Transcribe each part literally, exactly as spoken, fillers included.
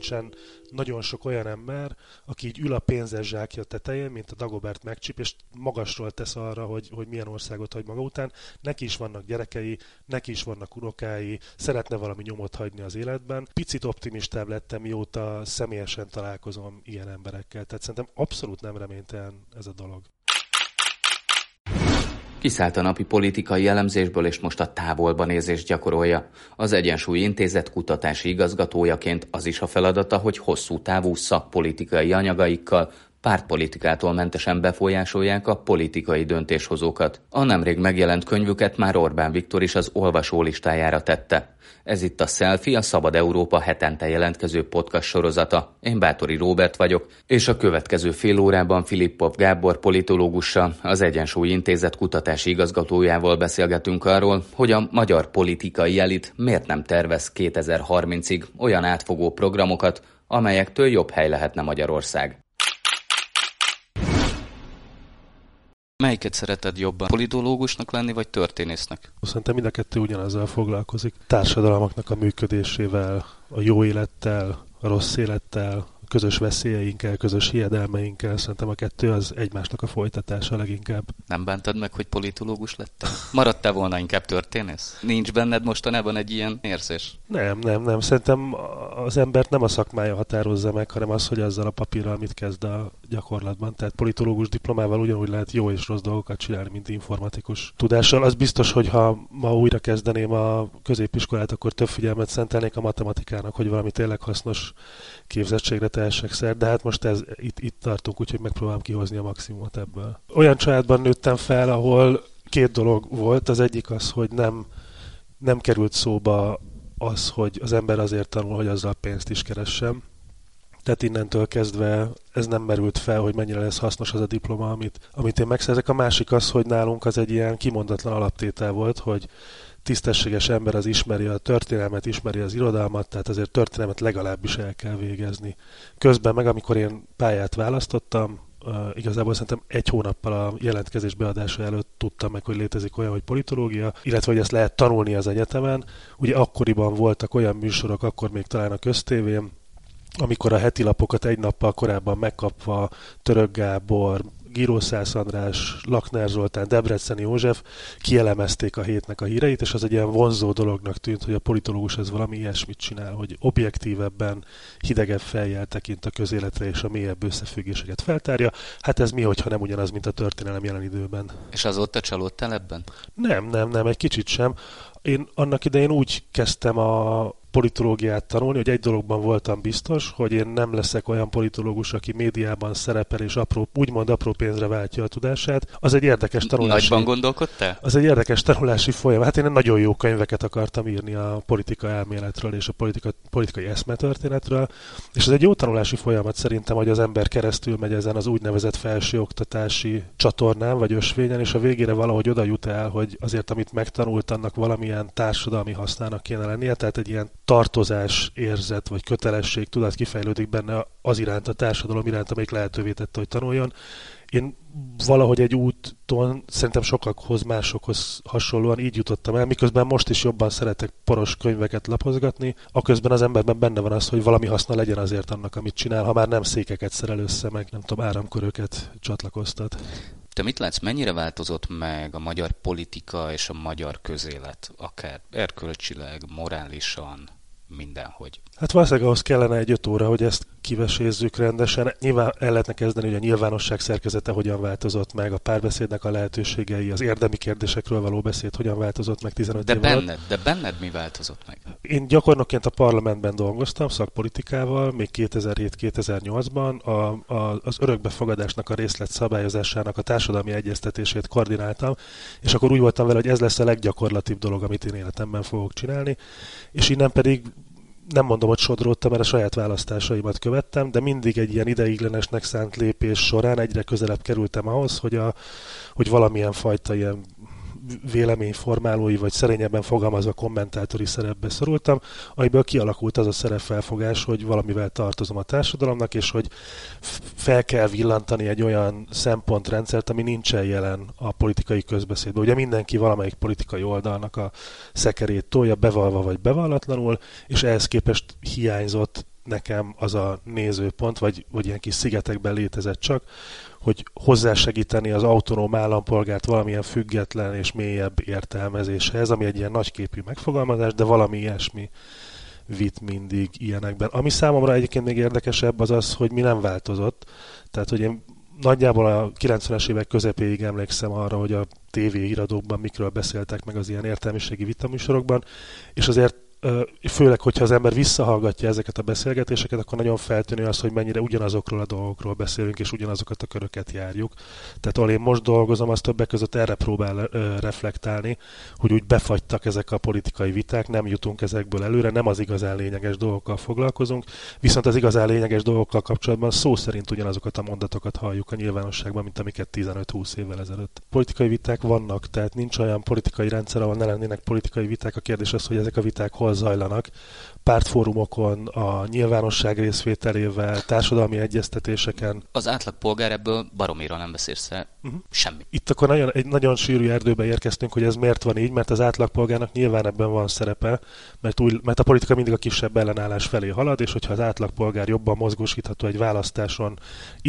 nincsen nagyon sok olyan ember, aki így ül a pénzes zsákja tetején, mint a Dagobert megcsip, és magasról tesz arra, hogy, hogy milyen országot hagy maga után. Neki is vannak gyerekei, neki is vannak unokái, szeretne valami nyomot hagyni az életben. Picit optimistább lettem, mióta személyesen találkozom ilyen emberekkel. Tehát szerintem abszolút nem reménytelen ez a dolog. Kiszállt a napi politikai elemzésből, és most a távolba nézést gyakorolja. Az Egyensúly Intézet kutatási igazgatójaként az is a feladata, hogy hosszú távú szakpolitikai anyagaikkal pártpolitikától mentesen befolyásolják a politikai döntéshozókat. A nemrég megjelent könyvüket már Orbán Viktor is az olvasó listájára tette. Ez itt a Selfie, a Szabad Európa hetente jelentkező podcast sorozata. Én Báthori Róbert vagyok, és a következő fél órában Filippov Gábor politológussal, az Egyensúly Intézet kutatási igazgatójával beszélgetünk arról, hogy a magyar politikai elit miért nem tervez kétezer-harmincig olyan átfogó programokat, amelyektől jobb hely lehetne Magyarország. Melyiket szereted jobban? Politológusnak lenni, vagy történésznek? Szerintem mind a kettő ugyanazzal foglalkozik. Társadalmaknak a működésével, a jó élettel, a rossz élettel, a közös veszélyeinkkel, közös hiedelmeinkkel. Szerintem a kettő az egymásnak a folytatása leginkább. Nem bántad meg, hogy politológus lettél? Maradtál volna inkább történész? Nincs benned mostanában egy ilyen érzés? Nem, nem, nem. Szerintem az embert nem a szakmája határozza meg, hanem az, hogy azzal a papírral mit kezd a gyakorlatban. Tehát politológus diplomával ugyanúgy lehet jó és rossz dolgokat csinálni, mint informatikus tudással. Az biztos, hogy ha ma újra kezdeném a középiskolát, akkor több figyelmet szentelnék a matematikának, hogy valami tényleg hasznos képzettségre tehessek szert, de hát most ez, itt, itt tartunk, úgyhogy megpróbálom kihozni a maximumot ebből. Olyan családban nőttem fel, ahol két dolog volt. Az egyik az, hogy nem, nem került szóba az, hogy az ember azért tanul, hogy azzal pénzt is keressen. Tehát innentől kezdve ez nem merült fel, hogy mennyire lesz hasznos az a diploma, amit, amit én megszerzek. A másik az, hogy nálunk az egy ilyen kimondatlan alaptétel volt, hogy tisztességes ember az ismeri a történelmet, ismeri az irodalmat, tehát azért történelmet legalábbis el kell végezni. Közben meg, amikor én pályát választottam, uh, igazából szerintem egy hónappal a jelentkezés beadása előtt tudtam meg, hogy létezik olyan, hogy politológia, illetve hogy ezt lehet tanulni az egyetemen. Ugye akkoriban voltak olyan műsorok, akkor még talán a köztévén, amikor a heti lapokat egy nappal korábban megkapva Török Gábor, Girószász András, Lakner Zoltán, Debreceni József kielemezték a hétnek a híreit, és az egy ilyen vonzó dolognak tűnt, hogy a politológus ez valami ilyesmit csinál, hogy objektívebben, hidegebb fejjel tekint a közéletre és a mélyebb összefüggéseket feltárja. Hát ez mi, hogyha nem ugyanaz, mint a történelem jelen időben. És azóta csalódtál ebben? Nem, nem, nem, egy kicsit sem. Én annak idején úgy kezdtem a politológiát tanulni, hogy egy dologban voltam biztos, hogy én nem leszek olyan politológus, aki médiában szerepel és apró, úgymond apró pénzre váltja a tudását. Az egy érdekes tanulási... Nagyban gondolkodtál? Az egy érdekes tanulási folyamat. Hát én nagyon jó könyveket akartam írni a politika elméletről és a politika, politikai eszmetörténetről, és ez egy jó tanulási folyamat szerintem, hogy az ember keresztül megy ezen az úgynevezett felsőoktatási csatornán vagy ösvényen, és a végére valahogy oda jut el, hogy azért, amit megtanult, annak valamilyen társadalmi hasznának kéne lennie, tehát egy ilyen tartozás érzet vagy kötelesség tudat kifejlődik benne az iránt, a társadalom iránt, amelyik lehetővé tette, hogy tanuljon. Én valahogy egy úton, szerintem sokakhoz, másokhoz hasonlóan így jutottam el, miközben most is jobban szeretek poros könyveket lapozgatni, aközben az emberben benne van az, hogy valami haszna legyen azért annak, amit csinál, ha már nem székeket szerel össze, meg nem tudom, áramköröket csatlakoztat. Te mit látsz, mennyire változott meg a magyar politika és a magyar közélet, akár erkölcsileg, morálisan, mindenhogy? Hát valószínűleg ahhoz kellene egy öt óra, hogy ezt kivesézzük rendesen. Nyilván el lehetne kezdeni, hogy a nyilvánosság szerkezete hogyan változott meg, a párbeszédnek a lehetőségei, az érdemi kérdésekről való beszéd hogyan változott meg tizenöt de év benned, alatt. De benned mi változott meg? Én gyakornokként a parlamentben dolgoztam, szakpolitikával, még kétezer-hét-kétezer-nyolcban a, a, az örökbefogadásnak a részlet szabályozásának a társadalmi egyeztetését koordináltam, és akkor úgy voltam vele, hogy ez lesz a leggyakorlatibb dolog, amit én életemben fogok csinálni, és innen pedig nem mondom, hogy sodródtam, mert a saját választásaimat követtem, de mindig egy ilyen ideiglenesnek szánt lépés során egyre közelebb kerültem ahhoz, hogy, a, hogy valamilyen fajta ilyen véleményformálói, vagy szerényebben fogalmazva kommentátori szerepbe szorultam, amiből kialakult az a szerepfelfogás, hogy valamivel tartozom a társadalomnak, és hogy fel kell villantani egy olyan szempontrendszert, ami nincsen jelen a politikai közbeszédben. Ugye mindenki valamelyik politikai oldalnak a szekerét tolja, bevalva vagy bevallatlanul, és ehhez képest hiányzott nekem az a nézőpont, vagy, vagy ilyen kis szigetekben létezett csak, hogy hozzásegíteni az autonóm állampolgárt valamilyen független és mélyebb értelmezéshez, ami egy ilyen nagyképű megfogalmazás, de valami ilyesmi vitt mindig ilyenekben. Ami számomra egyébként még érdekesebb az az, hogy mi nem változott. Tehát, hogy én nagyjából a kilencvenes évek közepéig emlékszem arra, hogy a tévé híradókban mikről beszéltek meg az ilyen értelmiségi vitaműsorokban, és azért főleg, hogyha az ember visszahallgatja ezeket a beszélgetéseket, akkor nagyon feltűnő az, hogy mennyire ugyanazokról a dolgokról beszélünk, és ugyanazokat a köröket járjuk. Tehát ahol én most dolgozom, az többek között erre próbál ö, reflektálni, hogy úgy befagytak ezek a politikai viták, nem jutunk ezekből előre, nem az igazán lényeges dolgokkal foglalkozunk, viszont az igazán lényeges dolgokkal kapcsolatban szó szerint ugyanazokat a mondatokat halljuk a nyilvánosságban, mint amiket tizenöt-húsz évvel ezelőtt. Politikai viták vannak, tehát nincs olyan politikai rendszer, ahol ne lennének politikai viták. A kérdés az, hogy ezek a viták hol zajlanak, pártfórumokon, a nyilvánosság részvételével, társadalmi egyeztetéseken. Az átlagpolgár ebből baromira nem vesz észre uh-huh. semmi. Itt akkor nagyon, egy nagyon sűrű erdőbe érkeztünk, hogy ez miért van így, mert az átlagpolgárnak nyilván ebben van szerepe, mert, új, mert a politika mindig a kisebb ellenállás felé halad, és hogyha az átlagpolgár jobban mozgósítható egy választáson,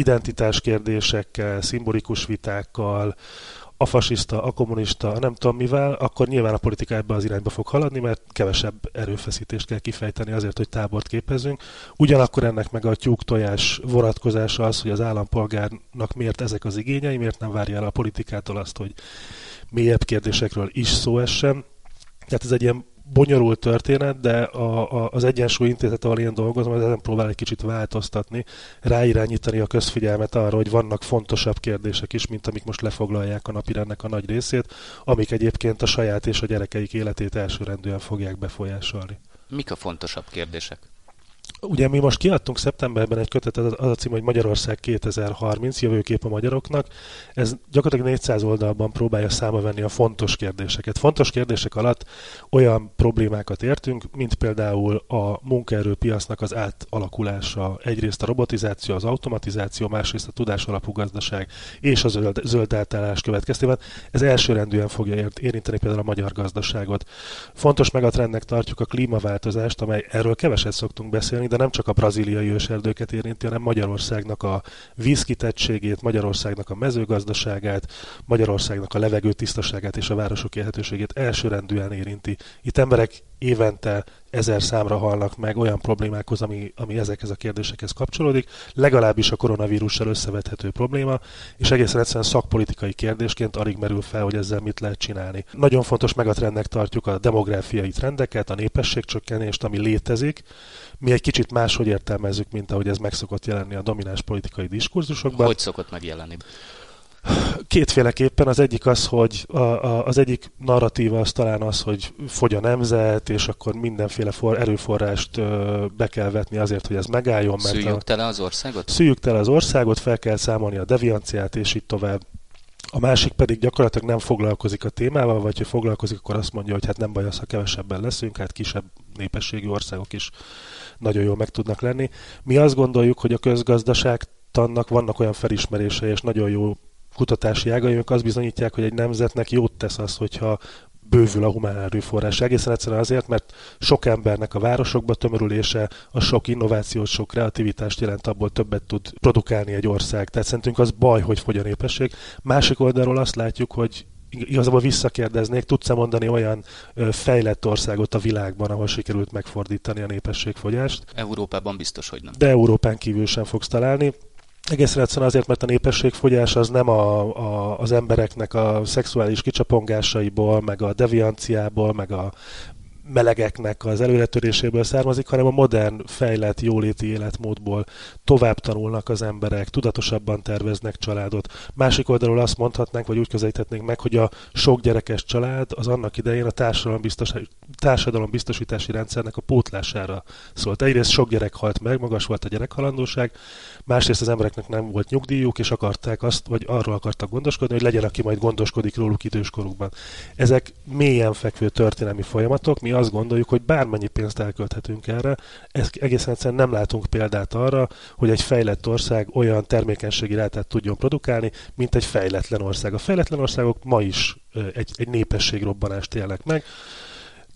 identitáskérdésekkel, szimbolikus vitákkal, a fasiszta, a kommunista, nem tudom mivel, akkor nyilván a politika ebbe az irányba fog haladni, mert kevesebb erőfeszítést kell kifejteni azért, hogy tábort képezzünk. Ugyanakkor ennek meg a tyúk-tojás vonatkozása az, hogy az állampolgárnak miért ezek az igényei, miért nem várja el a politikától azt, hogy mélyebb kérdésekről is szó essen. Tehát ez egy ilyen bonyolult történet, de a, a, az Egyensúly Intézet, ahol én dolgozom, az ezen próbál egy kicsit változtatni, ráirányítani a közfigyelmet arra, hogy vannak fontosabb kérdések is, mint amik most lefoglalják a napirendnek a nagy részét, amik egyébként a saját és a gyerekeik életét elsőrendűen fogják befolyásolni. Mik a fontosabb kérdések? Ugye mi most kiadtunk szeptemberben egy kötetet, az a cím, hogy Magyarország kétezer-harminc, jövőkép a magyaroknak. Ez gyakorlatilag négyszáz oldalban próbálja számba venni a fontos kérdéseket. Fontos kérdések alatt olyan problémákat értünk, mint például a munkaerőpiacnak az átalakulása. Egyrészt a robotizáció, az automatizáció, másrészt a tudásalapú gazdaság és a zöld, zöld átállás következtében. Ez elsőrendűen fogja érinteni például a magyar gazdaságot. Fontos megatrendnek tartjuk a klímaváltozást, amely erről keveset szoktunk beszélni, de nem csak a brazíliai őserdőket érinti, hanem Magyarországnak a vízkitettségét, Magyarországnak a mezőgazdaságát, Magyarországnak a levegő tisztaságát és a városok élhetőségét elsőrendűen érinti. Itt emberek évente ezer számra halnak meg olyan problémákhoz, ami, ami ezekhez a kérdésekhez kapcsolódik, legalábbis a koronavírussal összevethető probléma, és egészen egyszerűen szakpolitikai kérdésként alig merül fel, hogy ezzel mit lehet csinálni. Nagyon fontos megatrendnek tartjuk a demográfiai trendeket, a népességcsökkenést, ami létezik. Mi egy kicsit máshogy értelmezzük, mint ahogy ez meg szokott jelenni a domináns politikai diskurzusokban. Hogy szokott megjelenni? Kétféleképpen. Az egyik az, hogy a, a, az egyik narratíva az talán az, hogy fogy a nemzet, és akkor mindenféle for, erőforrást ö, be kell vetni azért, hogy ez megálljon. Mert Szüljük a, tele az országot? Szüljük tele az országot, fel kell számolni a devianciát, és így tovább. A másik pedig gyakorlatilag nem foglalkozik a témával, vagy ha foglalkozik, akkor azt mondja, hogy hát nem baj az, ha kevesebben leszünk, hát kisebb népességű országok is nagyon jól meg tudnak lenni. Mi azt gondoljuk, hogy a közgazdaságtannak vannak olyan felismerései, és nagyon jó kutatási ágai, amik azt bizonyítják, hogy egy nemzetnek jót tesz az, hogyha bővül a humán erőforrás. Egészen egyszerűen azért, mert sok embernek a városokba tömörülése, a sok innovációt, sok kreativitást jelent, abból többet tud produkálni egy ország. Tehát szerintünk az baj, hogy fogy a népesség. Másik oldalról azt látjuk, hogy igazából visszakérdeznék, tudsz-e mondani olyan ö, fejlett országot a világban, ahol sikerült megfordítani a népességfogyást? Európában biztos, hogy nem. De Európán kívül sem fogsz találni. Egészen egyszerűen azért, mert a népességfogyás az nem a, a, az embereknek a szexuális kicsapongásaiból, meg a devianciából, meg a melegeknek az előretöréséből származik, hanem a modern, fejlett, jóléti életmódból tovább tanulnak az emberek, tudatosabban terveznek családot. Másik oldalról azt mondhatnánk, vagy úgy közelíthetnénk meg, hogy a sok gyerekes család az annak idején a társadalombiztos, társadalombiztosítási rendszernek a pótlására szólt. Egyrészt sok gyerek halt meg, magas volt a gyerekhalandóság, másrészt az embereknek nem volt nyugdíjuk, és akarták azt, vagy arról akartak gondoskodni, hogy legyen, aki majd gondoskodik róluk időskorukban. Ezek mélyen fekvő történelmi folyamatok. Mi azt gondoljuk, hogy bármennyi pénzt elkölthetünk erre, ez egészen egyszerűen nem látunk példát arra, hogy egy fejlett ország olyan termékenységi rátát tudjon produkálni, mint egy fejletlen ország. A fejletlen országok ma is egy, egy népességrobbanást élnek meg.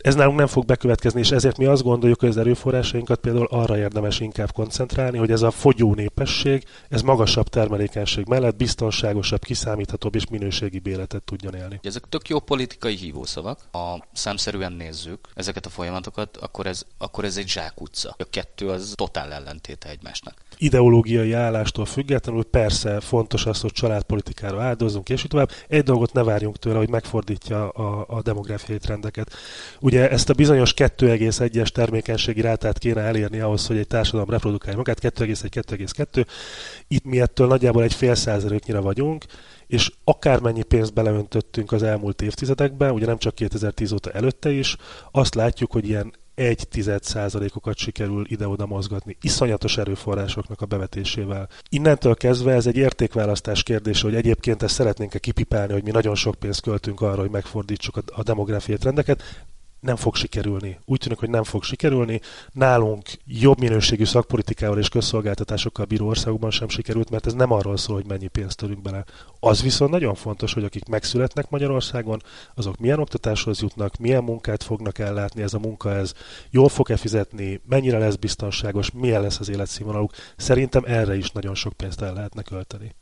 Ez nálunk nem fog bekövetkezni, és ezért mi azt gondoljuk, hogy az erőforrásainkat például arra érdemes inkább koncentrálni, hogy ez a fogyó népesség, ez magasabb termelékenység mellett biztonságosabb, kiszámíthatóbb és minőségi életet tudjon élni. Ezek tök jó politikai hívószavak. Ha számszerűen nézzük ezeket a folyamatokat, akkor ez, akkor ez egy zsákutca. A kettő az totál ellentéte egymásnak. Ideológiai állástól függetlenül persze fontos az, hogy családpolitikára áldozzunk, és így tovább. Egy dolgot ne várjunk tőle, hogy megfordítja a, a demográfiai trendeket. Ugye ezt a bizonyos kettő egész egyes termékenységi rátát kéne elérni ahhoz, hogy egy társadalom reprodukálja magát, kettő egész egy kettő egész kettő. Itt mi ettől nagyjából egy fél százaléknyira vagyunk, és akármennyi pénzt beleöntöttünk az elmúlt évtizedekben, ugye nem csak kétezer-tíz óta, előtte is, azt látjuk, hogy ilyen egy tized százalékokat sikerül ide-oda mozgatni, iszonyatos erőforrásoknak a bevetésével. Innentől kezdve ez egy értékválasztás kérdése, hogy egyébként ezt szeretnénk-e kipipálni, hogy mi nagyon sok pénzt költünk arra, hogy megfordítsuk a, a demográfiai trendeket. Nem fog sikerülni. Úgy tűnik, hogy nem fog sikerülni. Nálunk jobb minőségű szakpolitikával és közszolgáltatásokkal bíró országokban sem sikerült, mert ez nem arról szól, hogy mennyi pénzt törünk bele. Az viszont nagyon fontos, hogy akik megszületnek Magyarországon, azok milyen oktatáshoz jutnak, milyen munkát fognak ellátni, ez a munka, ez jól fog-e fizetni, mennyire lesz biztonságos, milyen lesz az életszínvonaluk. Szerintem erre is nagyon sok pénzt el lehetne költeni.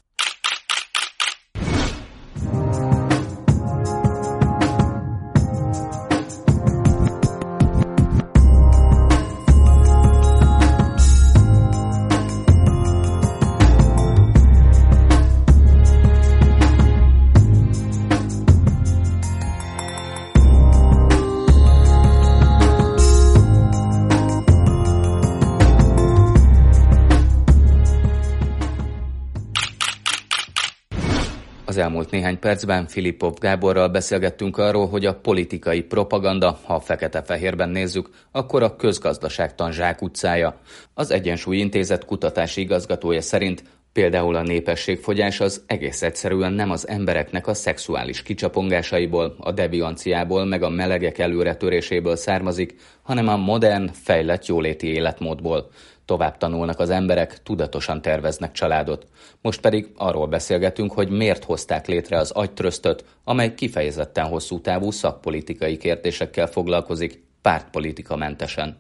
Az elmúlt néhány percben Filippov Gáborral beszélgettünk arról, hogy a politikai propaganda, ha fekete-fehérben nézzük, akkor a közgazdaságtan zsákutcája. Az Egyensúly Intézet kutatási igazgatója szerint például a népességfogyás az egész egyszerűen nem az embereknek a szexuális kicsapongásaiból, a devianciából, meg a melegek előretöréséből származik, hanem a modern, fejlett jóléti életmódból. Tovább tanulnak az emberek, tudatosan terveznek családot. Most pedig arról beszélgetünk, hogy miért hozták létre az agytrösztöt, amely kifejezetten hosszú távú szakpolitikai kérdésekkel foglalkozik, pártpolitika mentesen.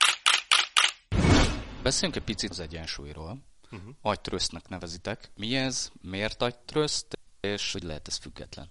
Beszéljünk egy picit az egyensúlyról. Uh-huh. Agytrösztnek nevezitek. Mi ez? Miért agytröszt? És hogy lehet ez független?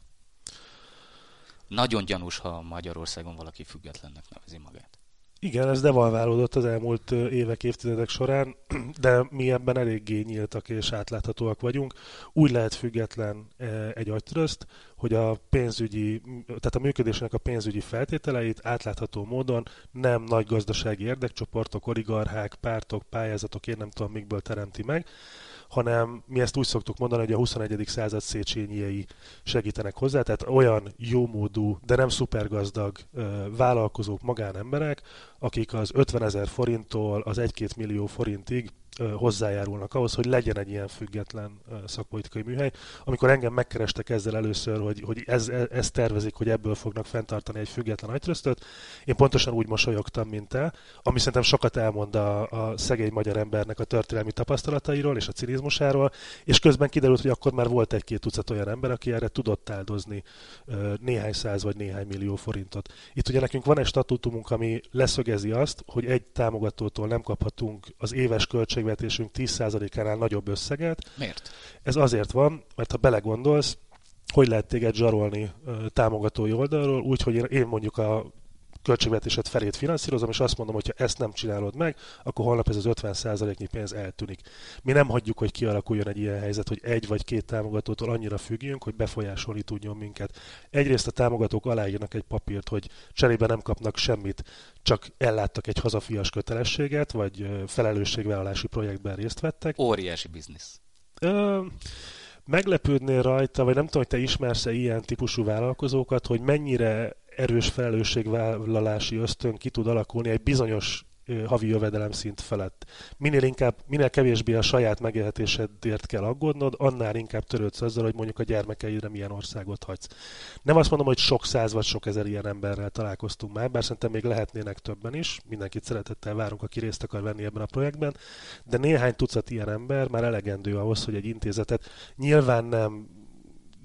Nagyon gyanús, ha Magyarországon valaki függetlennek nevezi magát. Igen, ez devalválódott az elmúlt évek, évtizedek során, de mi ebben eléggé nyíltak és átláthatóak vagyunk. Úgy lehet független egy agytröszt, hogy a pénzügyi, tehát a működésnek a pénzügyi feltételeit átlátható módon nem nagy gazdasági érdekcsoportok, oligarchák, pártok, pályázatok, én nem tudom mikből teremti meg, hanem mi ezt úgy szoktuk mondani, hogy a huszonegyedik század Széchenyiei segítenek hozzá, tehát olyan jómódú, de nem szupergazdag vállalkozók, magánemberek, akik az ötvenezer forinttól az egy-két millió forintig hozzájárulnak ahhoz, hogy legyen egy ilyen független szakpolitikai műhely. Amikor engem megkerestek ezzel először, hogy, hogy ez, ez tervezik, hogy ebből fognak fenntartani egy független agytrösztöt, én pontosan úgy mosolyogtam, mint te, ami szerintem sokat elmond a, a szegény magyar embernek a történelmi tapasztalatairól és a cinizmusáról, és közben kiderült, hogy akkor már volt egy-két tucat olyan ember, aki erre tudott áldozni néhány száz vagy néhány millió forintot. Itt ugye nekünk van egy statútumunk, ami leszögezi azt, hogy egy támogatótól nem kaphatunk az éves költségvetésünk tíz százalékánál nagyobb összeget. Miért? Ez azért van, mert ha belegondolsz, hogy lehet téged zsarolni támogatói oldalról, úgyhogy én, én mondjuk a költségvetésed felét finanszírozom, és azt mondom, hogy ha ezt nem csinálod meg, akkor holnap ez az ötven százaléknyi pénz eltűnik. Mi nem hagyjuk, hogy kialakuljon egy ilyen helyzet, hogy egy vagy két támogatótól annyira függjünk, hogy befolyásolni tudjon minket. Egyrészt a támogatók aláírnak egy papírt, hogy cserébe nem kapnak semmit, csak elláttak egy hazafias kötelességet, vagy felelősségvállalási projektben részt vettek. Óriási biznisz. Ö, meglepődnél rajta, vagy nem tudom, hogy te ismersz-e ilyen típusú vállalkozókat, hogy mennyire erős felelősségvállalási ösztön ki tud alakulni egy bizonyos havi jövedelem szint felett. Minél inkább, minél kevésbé a saját megélhetésedért kell aggódnod, annál inkább törődsz azzal, hogy mondjuk a gyermekeidre milyen országot hagysz. Nem azt mondom, hogy sok száz vagy sok ezer ilyen emberrel találkoztunk már, bár szerintem még lehetnének többen is, mindenkit szeretettel várunk, aki részt akar venni ebben a projektben, de néhány tucat ilyen ember már elegendő ahhoz, hogy egy intézetet nyilván nem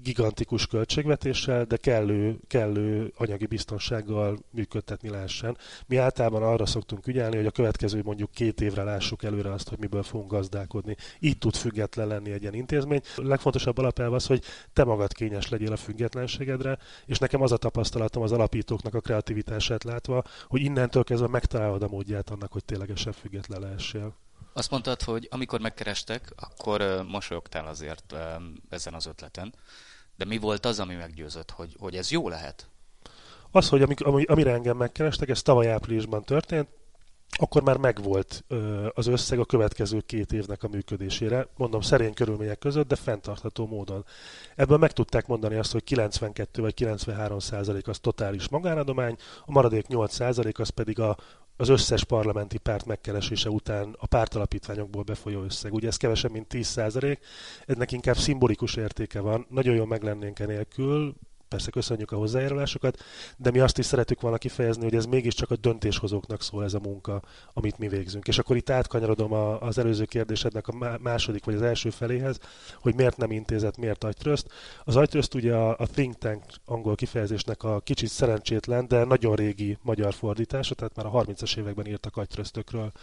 gigantikus költségvetéssel, de kellő, kellő anyagi biztonsággal működtetni lehessen. Mi általában arra szoktunk ügyelni, hogy a következő mondjuk két évre lássuk előre azt, hogy miből fogunk gazdálkodni. Így tud független lenni egy ilyen intézmény. A legfontosabb alapelv az, hogy te magad kényes legyél a függetlenségedre, és nekem az a tapasztalatom az alapítóknak a kreativitását látva, hogy innentől kezdve megtalálod a módját annak, hogy ténylegesen független lehessél. Azt mondtad, hogy amikor megkerestek, akkor mosolyogtál azért ezen az ötleten. De mi volt az, ami meggyőzött, hogy, hogy ez jó lehet? Az, hogy amik, amire engem megkerestek, ez tavaly áprilisban történt, akkor már megvolt az összeg a következő két évnek a működésére, mondom szerény körülmények között, de fenntartható módon. Ebből meg tudták mondani azt, hogy kilencvenkettő vagy kilencvenhárom százalék az totális magánadomány, a maradék nyolc százalék az pedig a az összes parlamenti párt megkeresése után a pártalapítványokból befolyó összeg. Ugye ez kevesebb, mint tíz százalék, ennek inkább szimbolikus értéke van, nagyon jól meg lennénk enélkül, persze köszönjük a hozzájárulásokat, de mi azt is szeretük volna kifejezni, hogy ez mégiscsak a döntéshozóknak szól ez a munka, amit mi végzünk. És akkor itt átkanyarodom az előző kérdésednek a második vagy az első feléhez, hogy miért nem intézet, miért agytröszt. Az agytröszt ugye a, a think tank angol kifejezésnek a kicsit szerencsétlen, de nagyon régi magyar fordítása, tehát már a harmincas években írtak agytrösztökről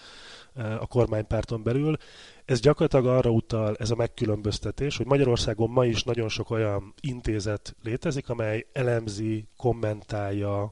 a kormánypárton belül. Ez gyakorlatilag arra utal, ez a megkülönböztetés, hogy Magyarországon ma is nagyon sok olyan intézet létezik, amely elemzi, kommentálja,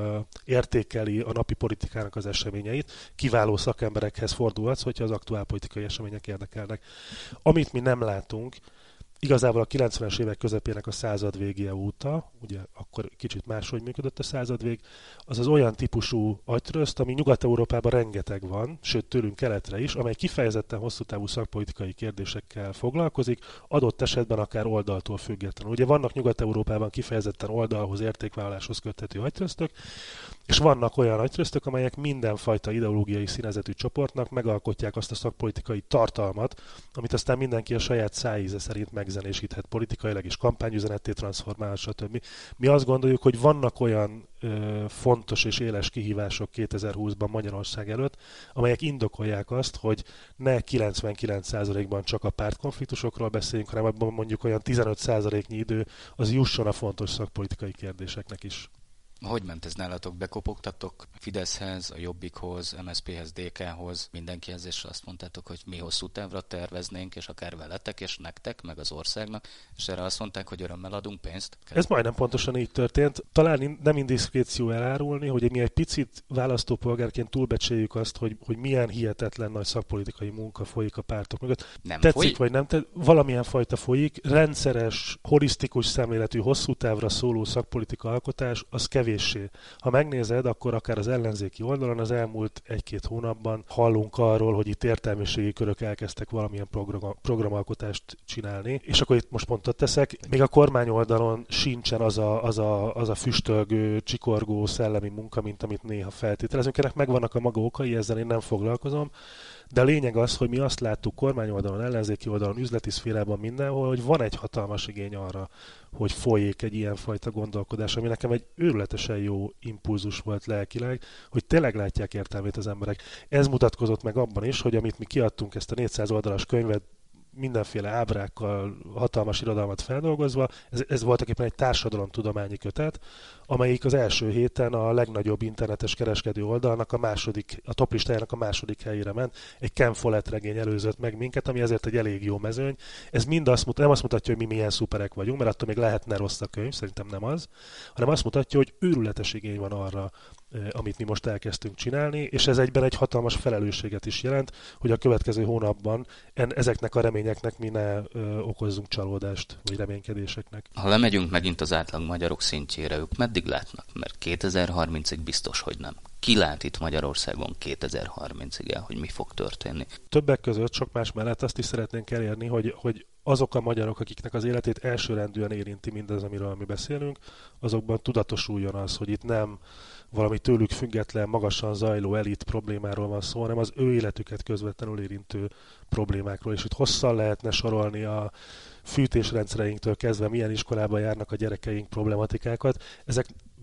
értékeli a napi politikának az eseményeit. Kiváló szakemberekhez fordulhatsz, hogyha az aktuál politikai események érdekelnek. Amit mi nem látunk, igazából a kilencvenes évek közepének a század végéje óta, ugye akkor kicsit máshogy működött a századvég, az az olyan típusú agytröszt, ami Nyugat-Európában rengeteg van, sőt tőlünk keletre is, amely kifejezetten hosszú távú szakpolitikai kérdésekkel foglalkozik, adott esetben akár oldaltól függetlenül. Ugye vannak Nyugat-Európában kifejezetten oldalhoz, értékvállaláshoz köthető agytrösztök, és vannak olyan agytrösztök, amelyek mindenfajta ideológiai színezetű csoportnak megalkotják azt a szakpolitikai tartalmat, amit aztán mindenki a saját szájíze szerint megzenésíthet politikailag és kampányüzenetté transformál, stb. Mi azt gondoljuk, hogy vannak olyan ö, fontos és éles kihívások kétezer-húszban Magyarország előtt, amelyek indokolják azt, hogy ne kilencvenkilenc százalékban csak a pártkonfliktusokról beszéljünk, hanem abban mondjuk olyan tizenöt százaléknyi idő az jusson a fontos szakpolitikai kérdéseknek is. Hogy ment ez nálatok? Bekopogtatok Fideszhez, a Jobbikhoz, em es zé péhez, dé ká-hoz, mindenkihez, és azt mondtátok, hogy mi hosszú távra terveznénk, és akár veletek, és nektek, meg az országnak, és erre azt mondták, hogy örömmel adunk pénzt? Ez majdnem pontosan így történt. Talán nem indiszkréció elárulni, hogy mi egy picit választópolgárként túlbecsüljük azt, hogy, hogy milyen hihetetlen nagy szakpolitikai munka folyik a pártok mögött. Nem Tetszik folyik? vagy nem, te, valamilyen fajta folyik. Rendszeres, holisztikus szemléletű, hosszú távra szóló szakpolitika alkotás, az kevés. Ha megnézed, akkor akár az ellenzéki oldalon az elmúlt egy-két hónapban hallunk arról, hogy itt értelmiségi körök elkezdtek valamilyen program, programalkotást csinálni, és akkor itt most pontot teszek, még a kormány oldalon sincsen az a, az a, az a füstölgő, csikorgó szellemi munka, mint amit néha feltételezünk. Ennek megvannak a maga okai, ezzel én nem foglalkozom, de a lényeg az, hogy mi azt láttuk kormány oldalon, ellenzéki oldalon, üzleti szférában mindenhol, hogy van egy hatalmas igény arra, hogy folyik egy ilyenfajta gondolkodás, ami nekem egy őrületesen jó impulzus volt lelkileg, hogy tényleg látják értelmét az emberek. Ez mutatkozott meg abban is, hogy amit mi kiadtunk, ezt a négyszáz oldalas könyvet, mindenféle ábrákkal, hatalmas irodalmat feldolgozva, ez, ez voltak éppen egy társadalomtudományi kötet, amelyik az első héten a legnagyobb internetes kereskedő oldalnak a második, a toplistájának a második helyére ment. Egy Ken Follett regény előzött meg minket, ami ezért egy elég jó mezőny. Ez mind azt mutat, nem azt mutatja, hogy mi milyen szuperek vagyunk, mert attól még lehetne rossz a könyv, szerintem nem az, hanem azt mutatja, hogy őrületes igény van arra, amit mi most elkezdtünk csinálni, és ez egyben egy hatalmas felelősséget is jelent, hogy a következő hónapban en, ezeknek a reményeknek mi ne ö, okozzunk csalódást, vagy reménykedéseknek. Ha lemegyünk megint az átlag magyarok szintjére, ők meddig látnak? Mert kétezer-harmincig biztos, hogy nem. Ki lát itt Magyarországon kétezer-harmincig el, hogy mi fog történni? Többek között sok más mellett azt is szeretnénk elérni, hogy, hogy azok a magyarok, akiknek az életét elsőrendűen érinti mindaz, amiről mi beszélünk, azokban tudatosuljon az, hogy itt nem valami tőlük független, magasan zajló elit problémáról van szó, hanem az ő életüket közvetlenül érintő problémákról. És itt hosszan lehetne sorolni a fűtésrendszereinktől kezdve, milyen iskolában járnak a gyerekeink problematikákat. Ezek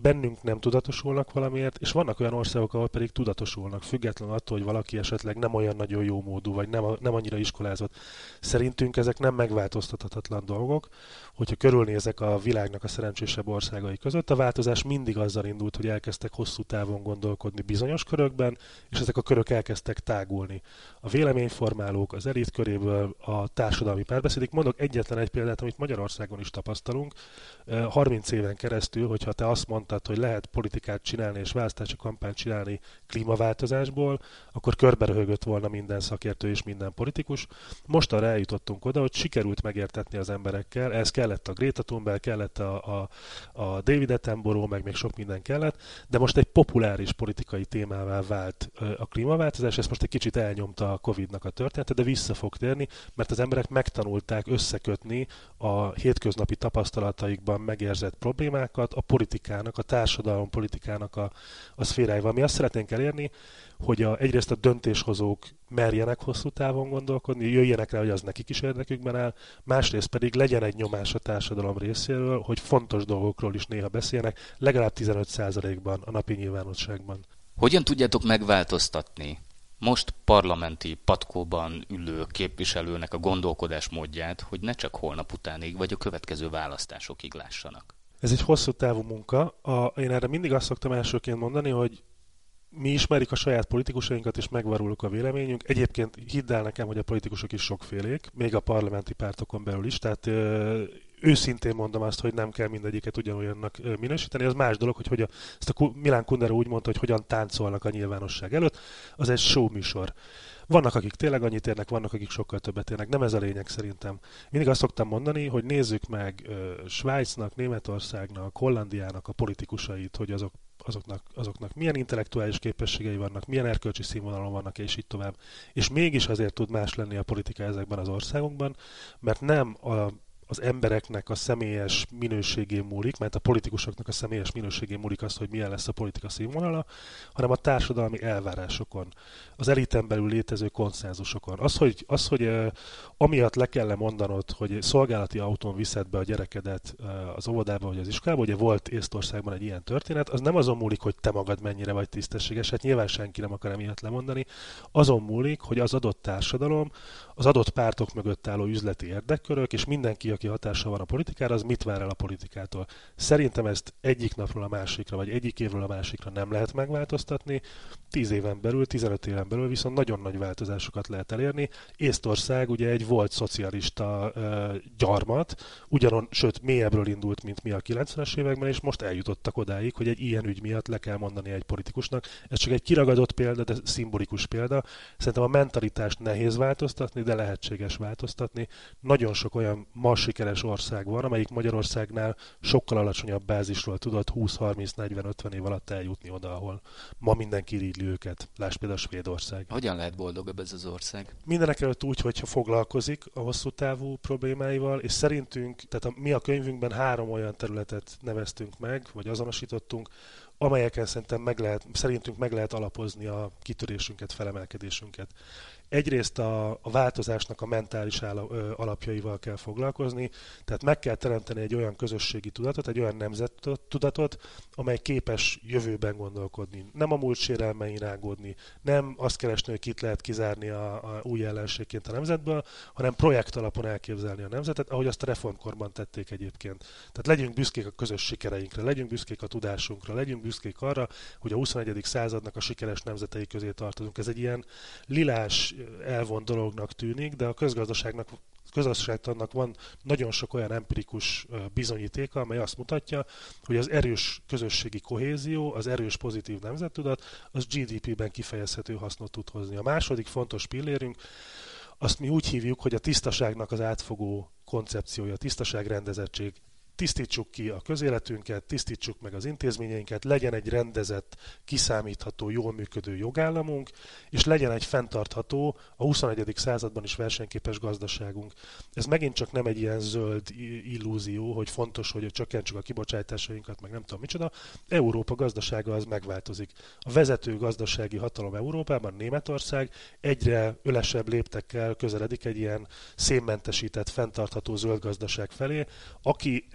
bennünk nem tudatosulnak valamiért, és vannak olyan országok, ahol pedig tudatosulnak, függetlenül attól, hogy valaki esetleg nem olyan nagyon jó módú, vagy nem, nem annyira iskolázott. Szerintünk ezek nem megváltoztathatatlan dolgok, hogyha körülnézek a világnak a szerencsésebb országai között, a változás mindig azzal indult, hogy elkezdtek hosszú távon gondolkodni bizonyos körökben, és ezek a körök elkezdtek tágulni. A véleményformálók, az elit köréből, a társadalmi párbeszédik. Mondok egyetlen egy példát, amit Magyarországon is tapasztalunk. harminc éven keresztül, hogyha te azt mondtad, hogy lehet politikát csinálni és választási kampányt csinálni klímaváltozásból, akkor körberöhögött volna minden szakértő és minden politikus. Most arra eljutottunk oda, hogy sikerült megértetni az emberekkel, ez kellett a Greta Thunberg, kellett a, a, a David Attenborough, meg még sok minden kellett, de most egy populáris politikai témává vált a klímaváltozás, ezt most egy kicsit elnyomta a Covidnak a története, de vissza fog térni, mert az emberek megtanulták összekötni a hétköznapi tapasztalataikban megérzett problémákat a politikának, a társadalom politikának a, a szféráival. Mi azt szeretnénk elérni, hogy a, egyrészt a döntéshozók merjenek hosszú távon gondolkodni, jöjjenek rá, hogy az nekik is érdekükben áll, másrészt pedig legyen egy nyomás a társadalom részéről, hogy fontos dolgokról is néha beszélnek, legalább tizenöt százalékban a napi nyilvánosságban. Hogyan tudjátok megváltoztatni most parlamenti patkóban ülő képviselőnek a gondolkodás módját, hogy ne csak holnap utánig vagy a következő választásokig lássanak? Ez egy hosszú távú munka. A, én erre mindig azt szoktam elsőként mondani, hogy mi ismerjük a saját politikusainkat, és megvaruljuk a véleményünk. Egyébként hidd el nekem, hogy a politikusok is sokfélék, még a parlamenti pártokon belül is, tehát ö, őszintén mondom azt, hogy nem kell mindegyiket ugyanolyannak minősíteni. Az más dolog, hogy, hogy a, ezt a Milán Kundera úgy mondta, hogy hogyan táncolnak a nyilvánosság előtt, az egy show műsor. Vannak, akik tényleg annyit érnek, vannak, akik sokkal többet érnek. Nem ez a lényeg szerintem. Mindig azt szoktam mondani, hogy nézzük meg ö, Svájcnak, Németországnak, Hollandiának a politikusait, hogy azok Azoknak, azoknak milyen intellektuális képességei vannak, milyen erkölcsi színvonalon vannak, és így tovább. És mégis azért tud más lenni a politika ezekben az országokban, mert nem a, az embereknek a személyes minőségén múlik, mert a politikusoknak a személyes minőségén múlik az, hogy milyen lesz a politika színvonala, hanem a társadalmi elvárásokon, az eliten belül létező konszenzusokon. Az, hogy, az, hogy eh, amiatt le kell mondanod, hogy szolgálati autón viszed be a gyerekedet eh, az óvodába vagy az iskolába, ugye volt Észtországban egy ilyen történet, az nem azon múlik, hogy te magad mennyire vagy tisztességes, hát nyilván senki nem akar emiatt lemondani, azon múlik, hogy az adott társadalom, az adott pártok mögött álló üzleti érdekkörök, és mindenki, aki hatása van a politikára, az mit vár el a politikától. Szerintem ezt egyik napról a másikra, vagy egyik évről a másikra nem lehet megváltoztatni. Tíz éven belül, tizenöt éven belül viszont nagyon nagy változásokat lehet elérni. Észtország ugye egy volt szocialista uh, gyarmat, ugyanon, sőt mélyebbről indult, mint mi a kilencvenes években, és most eljutottak odáig, hogy egy ilyen ügy miatt le kell mondani egy politikusnak. Ez csak egy kiragadott példa, de szimbolikus példa. Szerintem a mentalitást nehéz változtatni, de lehetséges változtatni. Nagyon sok olyan ma sikeres ország van, amelyik Magyarországnál sokkal alacsonyabb bázisról tudott húsz, harminc, negyven, ötven év alatt eljutni oda, ahol ma mindenki irigyli őket. Lásd például Svédország. Hogyan lehet boldogabb ez az ország? Mindenekelőtt úgy, hogyha foglalkozik a hosszú távú problémáival, és szerintünk, tehát a, mi a könyvünkben három olyan területet neveztünk meg, vagy azonosítottunk, amelyeken szerintem meg lehet, szerintünk meg lehet alapozni a kitörésünket, felemelkedésünket. Egyrészt a, a változásnak a mentális áll, ö, alapjaival kell foglalkozni, tehát meg kell teremteni egy olyan közösségi tudatot, egy olyan nemzettudatot, amely képes jövőben gondolkodni. Nem a múlt sérelmein rágódni, nem azt keresni, hogy kit lehet kizárni a, a új ellenségként a nemzetből, hanem projekt alapon elképzelni a nemzetet, ahogy azt a reformkorban tették egyébként. Tehát legyünk büszkék a közös sikereinkre, legyünk büszkék a tudásunkra, legyünk büszkék arra, hogy a huszonegyedik századnak a sikeres nemzetei közé tartozunk. Ez egy ilyen lilás elvont dolognak tűnik, de a közgazdaságnak, közgazdaságtannak van nagyon sok olyan empirikus bizonyítéka, amely azt mutatja, hogy az erős közösségi kohézió, az erős pozitív nemzettudat, az gé dé pében kifejezhető hasznot tud hozni. A második fontos pillérünk, azt mi úgy hívjuk, hogy a tisztaságnak az átfogó koncepciója, a tisztaság, rendezettség. Tisztítsuk ki a közéletünket, tisztítsuk meg az intézményeinket, legyen egy rendezett, kiszámítható, jól működő jogállamunk, és legyen egy fenntartható, a huszonegyedik században is versenyképes gazdaságunk. Ez megint csak nem egy ilyen zöld illúzió, hogy fontos, hogy csökkentsük a kibocsátásainkat, meg nem tudom micsoda. Európa gazdasága az megváltozik. A vezető gazdasági hatalom Európában, Németország egyre ölesebb léptekkel közeledik egy ilyen szénmentesített, fenntartható zöld gazdaság felé, aki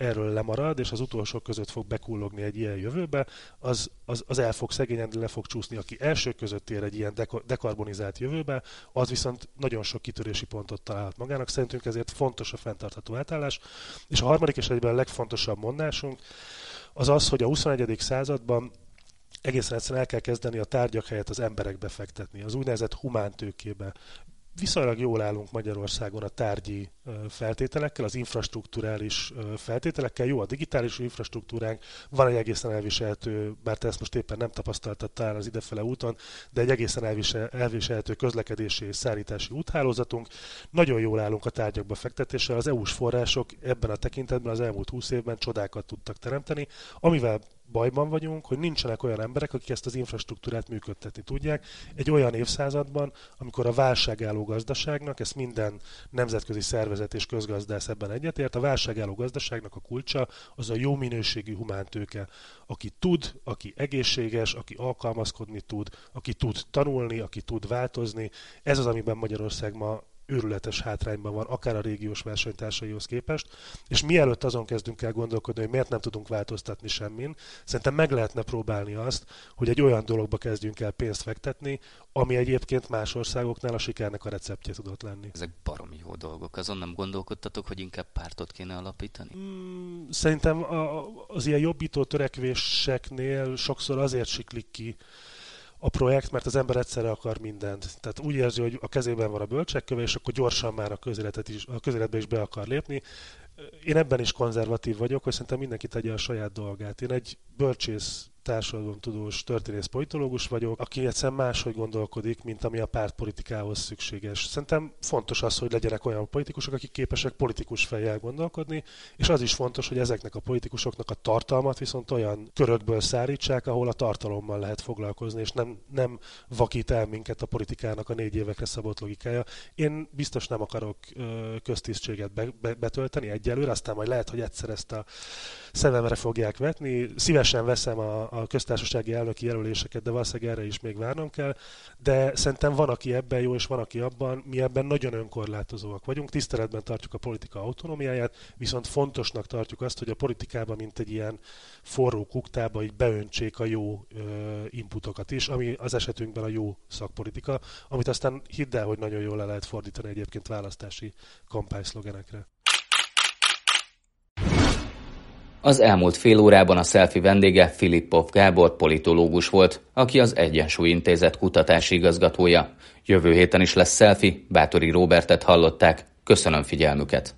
erről lemarad, és az utolsók között fog bekullogni egy ilyen jövőbe, az, az, az el fog szegényedni, le fog csúszni. Aki első között ér egy ilyen deko- dekarbonizált jövőbe, az viszont nagyon sok kitörési pontot találhat magának. Szerintünk ezért fontos a fenntartható átállás. És a harmadik és egyben a legfontosabb mondásunk az az, hogy a huszonegyedik században egészen egyszerűen el kell kezdeni a tárgyak helyett az emberekbe fektetni, az úgynevezett humántőkébe. Viszonylag jól állunk Magyarországon a tárgyi feltételekkel, az infrastrukturális feltételekkel. Jó a digitális infrastruktúránk, van egy egészen elviselhető, bár te ezt most éppen nem tapasztaltad talán az idefele úton, de egy egészen elvisel, elviselhető közlekedési és szállítási úthálózatunk. Nagyon jól állunk a tárgyakba fektetéssel, az é u-s források ebben a tekintetben az elmúlt húsz évben csodákat tudtak teremteni, amivel bajban vagyunk, hogy nincsenek olyan emberek, akik ezt az infrastruktúrát működtetni tudják. Egy olyan évszázadban, amikor a válságálló gazdaságnak, ezt minden nemzetközi szervezet és közgazdász ebben egyetért, a válságálló gazdaságnak a kulcsa az a jó minőségű humántőke, aki tud, aki egészséges, aki alkalmazkodni tud, aki tud tanulni, aki tud változni. Ez az, amiben Magyarország ma őrületes hátrányban van, akár a régiós versenytársaihoz képest, és mielőtt azon kezdünk el gondolkodni, hogy miért nem tudunk változtatni semmin, szerintem meg lehetne próbálni azt, hogy egy olyan dologba kezdjünk el pénzt fektetni, ami egyébként más országoknál a sikernek a receptje tudott lenni. Ezek baromi jó dolgok. Azon nem gondolkodtatok, hogy inkább pártot kéne alapítani? Hmm, szerintem a, az ilyen jobbító törekvéseknél sokszor azért siklik ki a projekt, mert az ember egyszerre akar mindent. Tehát úgy érzi, hogy a kezében van a bölcsekköve, és akkor gyorsan már a közéletet is, a közéletbe is be akar lépni. Én ebben is konzervatív vagyok, hogy szerintem mindenki tegye a saját dolgát. Én egy bölcsész, társadalomtudós, történész, politológus vagyok, aki egyszerűen máshogy gondolkodik, mint ami a pártpolitikához szükséges. Szerintem fontos az, hogy legyenek olyan politikusok, akik képesek politikus fejjel gondolkodni, és az is fontos, hogy ezeknek a politikusoknak a tartalmat viszont olyan körökből szárítsák, ahol a tartalommal lehet foglalkozni, és nem, nem vakít el minket a politikának a négy évekre szabott logikája. Én biztos nem akarok ö, köztisztséget be, be, betölteni egyelőre, aztán majd lehet, hogy egyszer ezt a szememre fogják vetni. Szívesen veszem a a köztársasági elnöki jelöléseket, de valószínűleg erre is még várnom kell, de szerintem van, aki ebben jó, és van, aki abban, mi ebben nagyon önkorlátozóak vagyunk, tiszteletben tartjuk a politika autonómiáját, viszont fontosnak tartjuk azt, hogy a politikában, mint egy ilyen forró kuktába így beöntsék a jó ö, inputokat is, ami az esetünkben a jó szakpolitika, amit aztán hidd el, hogy nagyon jól le lehet fordítani egyébként választási kampányszlogenekre. Az elmúlt fél órában a selfie vendége Filippov Gábor politológus volt, aki az Egyensúly Intézet kutatási igazgatója. Jövő héten is lesz selfie, Báthori Róbertet hallották. Köszönöm figyelmüket!